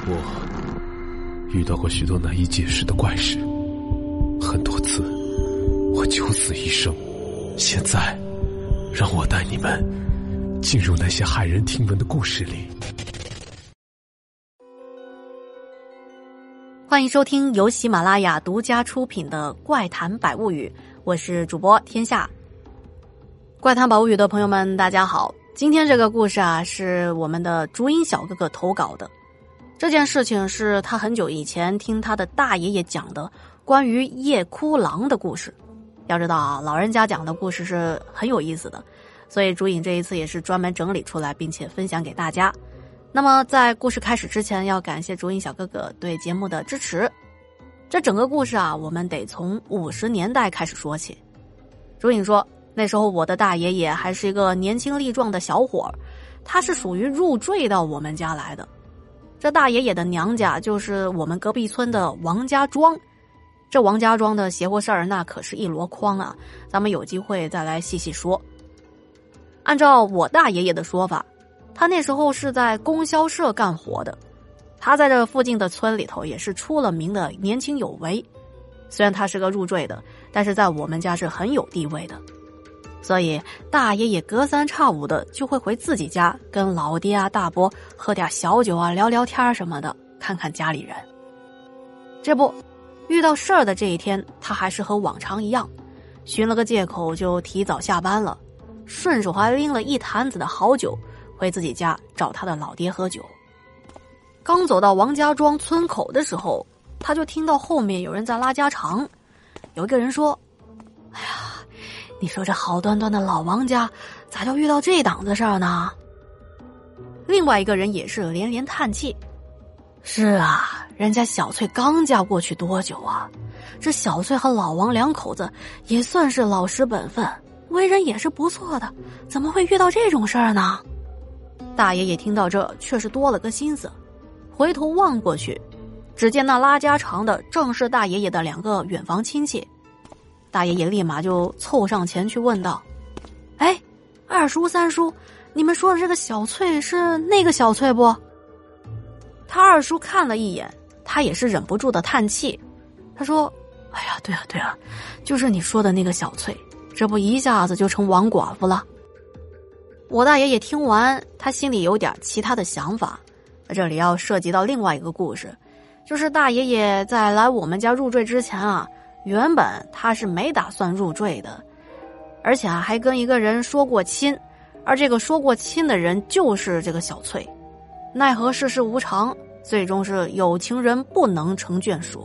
我遇到过许多难以解释的怪事，很多次我九死一生。现在让我带你们进入那些骇人听闻的故事里。 欢迎收听由喜马拉雅独家出品的怪谈百物语，我是主播天下。怪谈百物语的朋友们大家好，今天这个故事是我们的竹音小哥哥投稿的。这件事情是他很久以前听他的大爷爷讲的关于夜哭狼的故事。要知道老人家讲的故事是很有意思的，所以竹影这一次也是专门整理出来并且分享给大家。那么在故事开始之前，要感谢竹影小哥哥对节目的支持。这整个故事我们得从50年代开始说起。竹影说，那时候我的大爷爷还是一个年轻力壮的小伙，他是属于入赘到我们家来的。这大爷爷的娘家就是我们隔壁村的王家庄。这王家庄的邪乎事儿那可是一箩筐咱们有机会再来细细说。按照我大爷爷的说法，他那时候是在供销社干活的，他在这附近的村里头也是出了名的年轻有为。虽然他是个入赘的，但是在我们家是很有地位的。所以大爷爷隔三差五的就会回自己家跟老爹大伯喝点小酒聊聊天什么的，看看家里人。这不遇到事儿的这一天，他还是和往常一样，寻了个借口就提早下班了，顺手还拎了一坛子的好酒回自己家找他的老爹喝酒。刚走到王家庄村口的时候，他就听到后面有人在拉家常。有一个人说，哎呀，你说这好端端的老王家咋就遇到这档子事儿呢？另外一个人也是连连叹气，是人家小翠刚嫁过去多久这小翠和老王两口子也算是老实本分，为人也是不错的，怎么会遇到这种事儿呢？大爷爷听到这却是多了个心思，回头望过去，只见那拉家常的正是大爷爷的2个远房亲戚。大爷爷立马就凑上前去问道，哎，二叔三叔，你们说的这个小翠是那个小翠不？他二叔看了一眼，他也是忍不住的叹气。他说，哎呀，对啊，就是你说的那个小翠，这不一下子就成王寡妇了。我大爷爷听完，他心里有点其他的想法。这里要涉及到另外一个故事，就是大爷爷在来我们家入赘之前原本他是没打算入赘的，而且还跟一个人说过亲，而这个说过亲的人就是这个小翠。奈何世事无常，最终是有情人不能成眷属。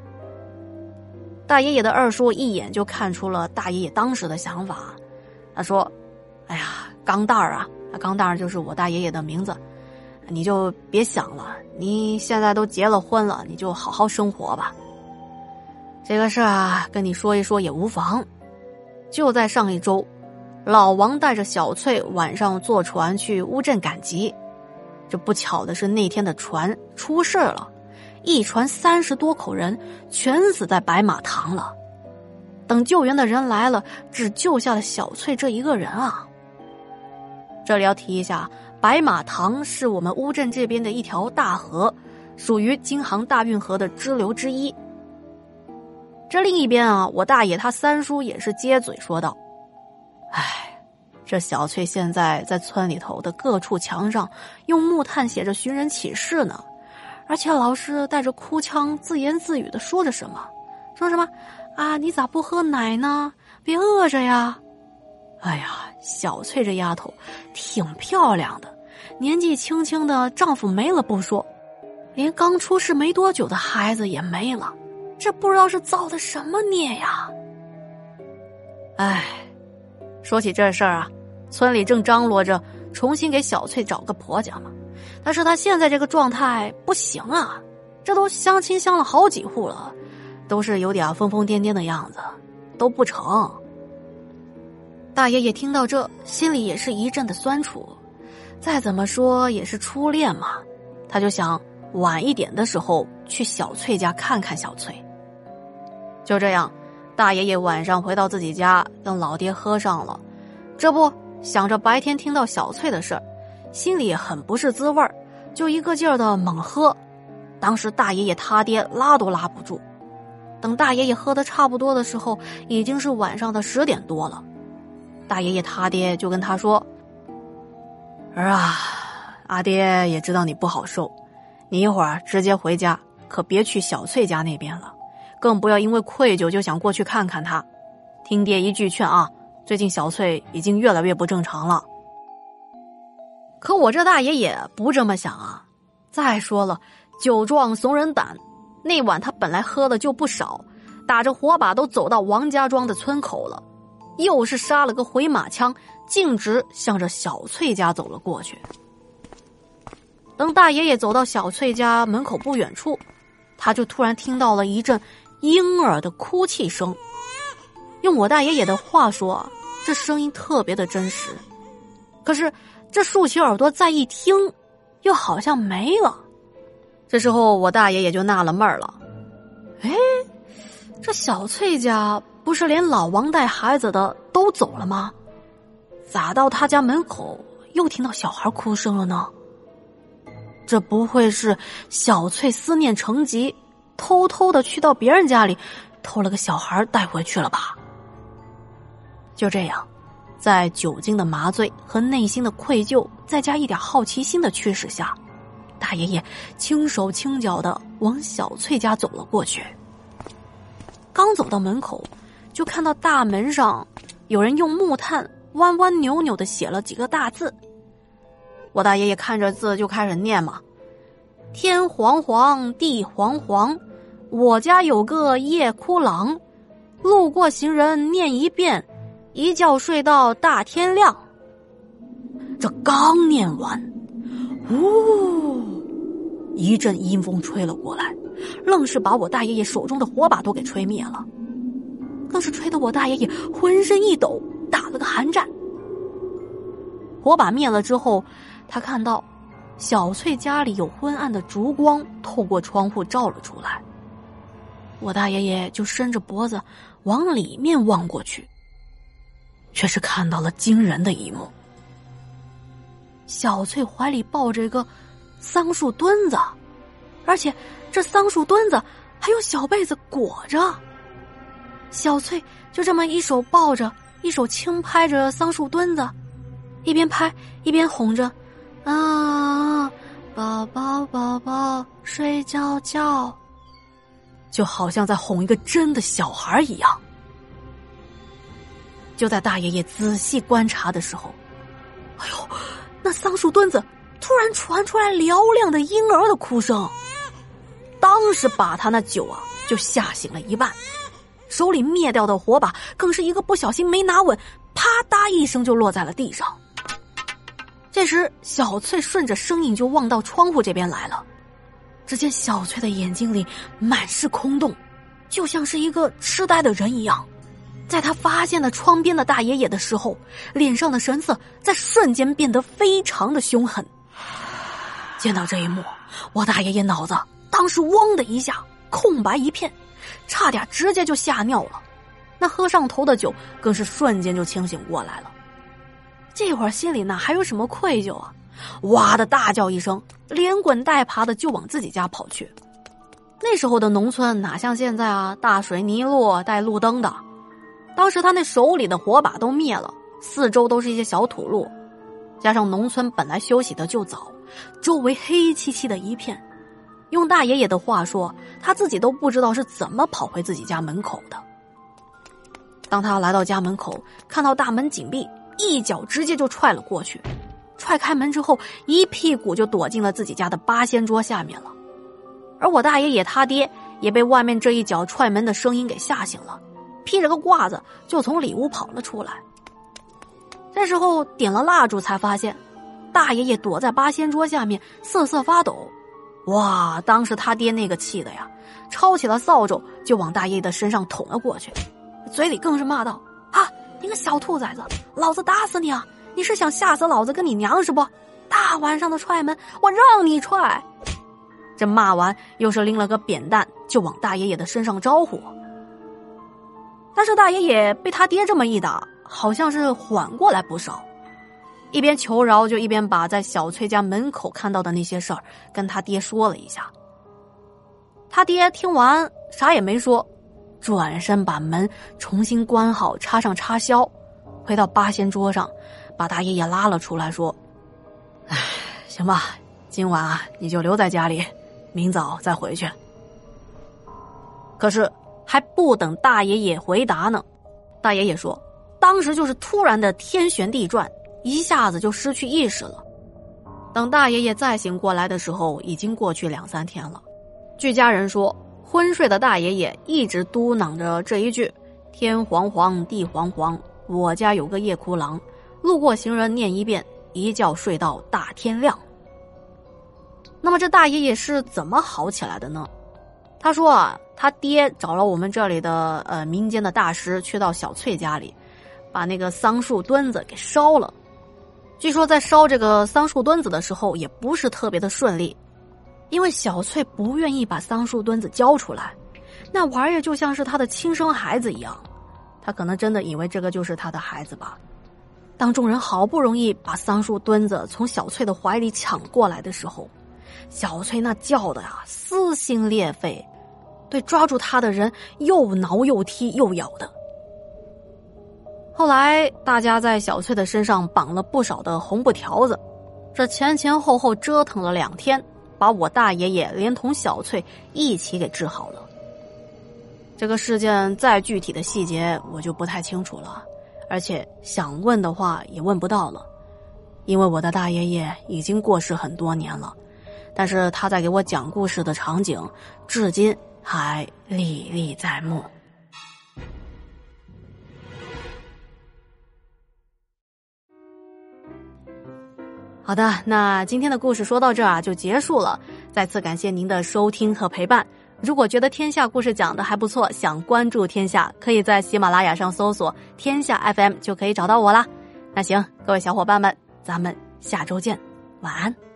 大爷爷的二叔一眼就看出了大爷爷当时的想法，他说，哎呀，钢蛋儿钢蛋儿就是我大爷爷的名字，你就别想了，你现在都结了婚了，你就好好生活吧。这个事跟你说一说也无妨。就在上一周，老王带着小翠晚上坐船去乌镇赶集。这不巧的是那天的船出事了，一船30多口人全死在白马塘了。等救援的人来了，只救下了小翠这一个人这里要提一下，白马塘是我们乌镇这边的一条大河，属于京杭大运河的支流之一。这另一边我大爷他三叔也是接嘴说道，哎，这小翠现在在村里头的各处墙上用木炭写着寻人启事呢，而且老是带着哭腔自言自语的说着什么你咋不喝奶呢？别饿着呀。哎呀，小翠这丫头挺漂亮的，年纪轻轻的丈夫没了不说，连刚出世没多久的孩子也没了，这不知道是造的什么孽呀。哎，说起这事儿村里正张罗着重新给小翠找个婆家嘛，但是她现在这个状态不行这都相亲相了好几户了，都是有点疯疯癫癫的样子，都不成。大爷爷听到这，心里也是一阵的酸楚，再怎么说也是初恋嘛，他就想晚一点的时候去小翠家看看小翠。就这样，大爷爷晚上回到自己家跟老爹喝上了，这不想着白天听到小翠的事儿，心里很不是滋味，就一个劲儿的猛喝。 当时大爷爷他爹拉都拉不住。等大爷爷喝得差不多的时候，已经是晚上的10点多了。大爷爷他爹就跟他说：“儿啊，阿爹也知道你不好受，你一会儿直接回家，可别去小翠家那边了，更不要因为愧疚就想过去看看他。听爹一句劝啊，最近小翠已经越来越不正常了。”可我这大爷也不这么想啊。再说了，酒壮怂人胆，那晚他本来喝的就不少，打着火把都走到王家庄的村口了，又是杀了个回马枪，径直向着小翠家走了过去。等大爷爷走到小翠家门口不远处，他就突然听到了一阵婴儿的哭泣声。用我大爷爷的话说，这声音特别的真实。可是这竖起耳朵再一听，又好像没了。这时候我大爷也就纳了闷了，这小翠家不是连老王带孩子的都走了吗？咋到他家门口又听到小孩哭声了呢？这不会是小翠思念成疾，偷偷的去到别人家里偷了个小孩带回去了吧？就这样，在酒精的麻醉和内心的愧疚，再加一点好奇心的驱使下，大爷爷轻手轻脚的往小翠家走了过去。刚走到门口，就看到大门上有人用木炭弯弯扭扭的写了几个大字。我大爷爷看着字就开始念嘛：天黄黄地黄黄，我家有个夜哭郎，路过行人念一遍，一觉睡到大天亮。这刚念完，一阵阴风吹了过来，愣是把我大爷爷手中的火把都给吹灭了，更是吹得我大爷爷浑身一抖，打了个寒战。火把灭了之后，他看到小翠家里有昏暗的烛光透过窗户照了出来。我大爷爷就伸着脖子往里面望过去，却是看到了惊人的一幕。小翠怀里抱着一个桑树墩子，而且这桑树墩子还用小被子裹着。小翠就这么一手抱着，一手轻拍着桑树墩子，一边拍一边哄着：啊，宝宝宝宝睡觉觉，就好像在哄一个真的小孩一样。就在大爷爷仔细观察的时候，那桑树墩子突然传出来嘹亮的婴儿的哭声，当时把他那酒就吓醒了一半，手里灭掉的火把更是一个不小心没拿稳，啪嗒一声就落在了地上。这时小翠顺着声音就望到窗户这边来了，只见小翠的眼睛里满是空洞，就像是一个痴呆的人一样。在他发现了窗边的大爷爷的时候，脸上的神色在瞬间变得非常的凶狠。见到这一幕，我大爷爷脑子当时嗡的一下空白一片，差点直接就吓尿了。那喝上头的酒更是瞬间就清醒过来了。这会儿心里哪还有什么愧疚啊，哇的大叫一声，连滚带爬的就往自己家跑去。那时候的农村哪像现在大水泥路带路灯的，当时他那手里的火把都灭了，四周都是一些小土路，加上农村本来休息的就早，周围黑漆漆的一片。用大爷爷的话说，他自己都不知道是怎么跑回自己家门口的。当他来到家门口，看到大门紧闭，一脚直接就踹了过去，踹开门之后，一屁股就躲进了自己家的八仙桌下面了。而我大爷爷他爹也被外面这一脚踹门的声音给吓醒了，披着个褂子就从里屋跑了出来。这时候点了蜡烛，才发现大爷爷躲在八仙桌下面瑟瑟发抖。哇，当时他爹那个气的呀，抄起了扫帚就往大爷爷的身上捅了过去，嘴里更是骂道：你个小兔崽子，老子打死你啊！你是想吓死老子跟你娘是不？大晚上的踹门，我让你踹！这骂完又是拎了个扁担就往大爷爷的身上招呼。但是大爷爷被他爹这么一打，好像是缓过来不少，一边求饶就一边把在小翠家门口看到的那些事儿跟他爹说了一下。 他爹听完啥也没说，转身把门重新关好，插上插销，回到八仙桌上，把大爷爷拉了出来，说：“哎，行吧，今晚啊你就留在家里，明早再回去。”可是还不等大爷爷回答呢，大爷爷说当时就是突然的天旋地转，一下子就失去意识了。等大爷爷再醒过来的时候，已经过去2-3天了。据家人说，昏睡的大爷爷一直嘟囔着这一句：“天黄黄，地黄黄，我家有个夜哭郎。”路过行人念一遍，一觉睡到大天亮。那么这大爷爷是怎么好起来的呢？他说啊，他爹找了我们这里的民间的大师，去到小翠家里，把那个桑树墩子给烧了。据说在烧这个桑树墩子的时候，也不是特别的顺利。因为小翠不愿意把桑树墩子交出来，那玩意儿就像是他的亲生孩子一样，他可能真的以为这个就是他的孩子吧。当众人好不容易把桑树墩子从小翠的怀里抢过来的时候，小翠那叫的呀撕心裂肺，对抓住他的人又挠又踢又咬的。后来大家在小翠的身上绑了不少的红布条子，这前前后后折腾了2天，把我大爷爷连同小翠一起给治好了。这个事件再具体的细节我就不太清楚了，而且想问的话也问不到了，因为我的大爷爷已经过世很多年了，但是他在给我讲故事的场景至今还历历在目。好的，那今天的故事说到这儿就结束了，再次感谢您的收听和陪伴。如果觉得天下故事讲的还不错，想关注天下，可以在喜马拉雅上搜索天下 FM 就可以找到我啦。那行，各位小伙伴们，咱们下周见，晚安。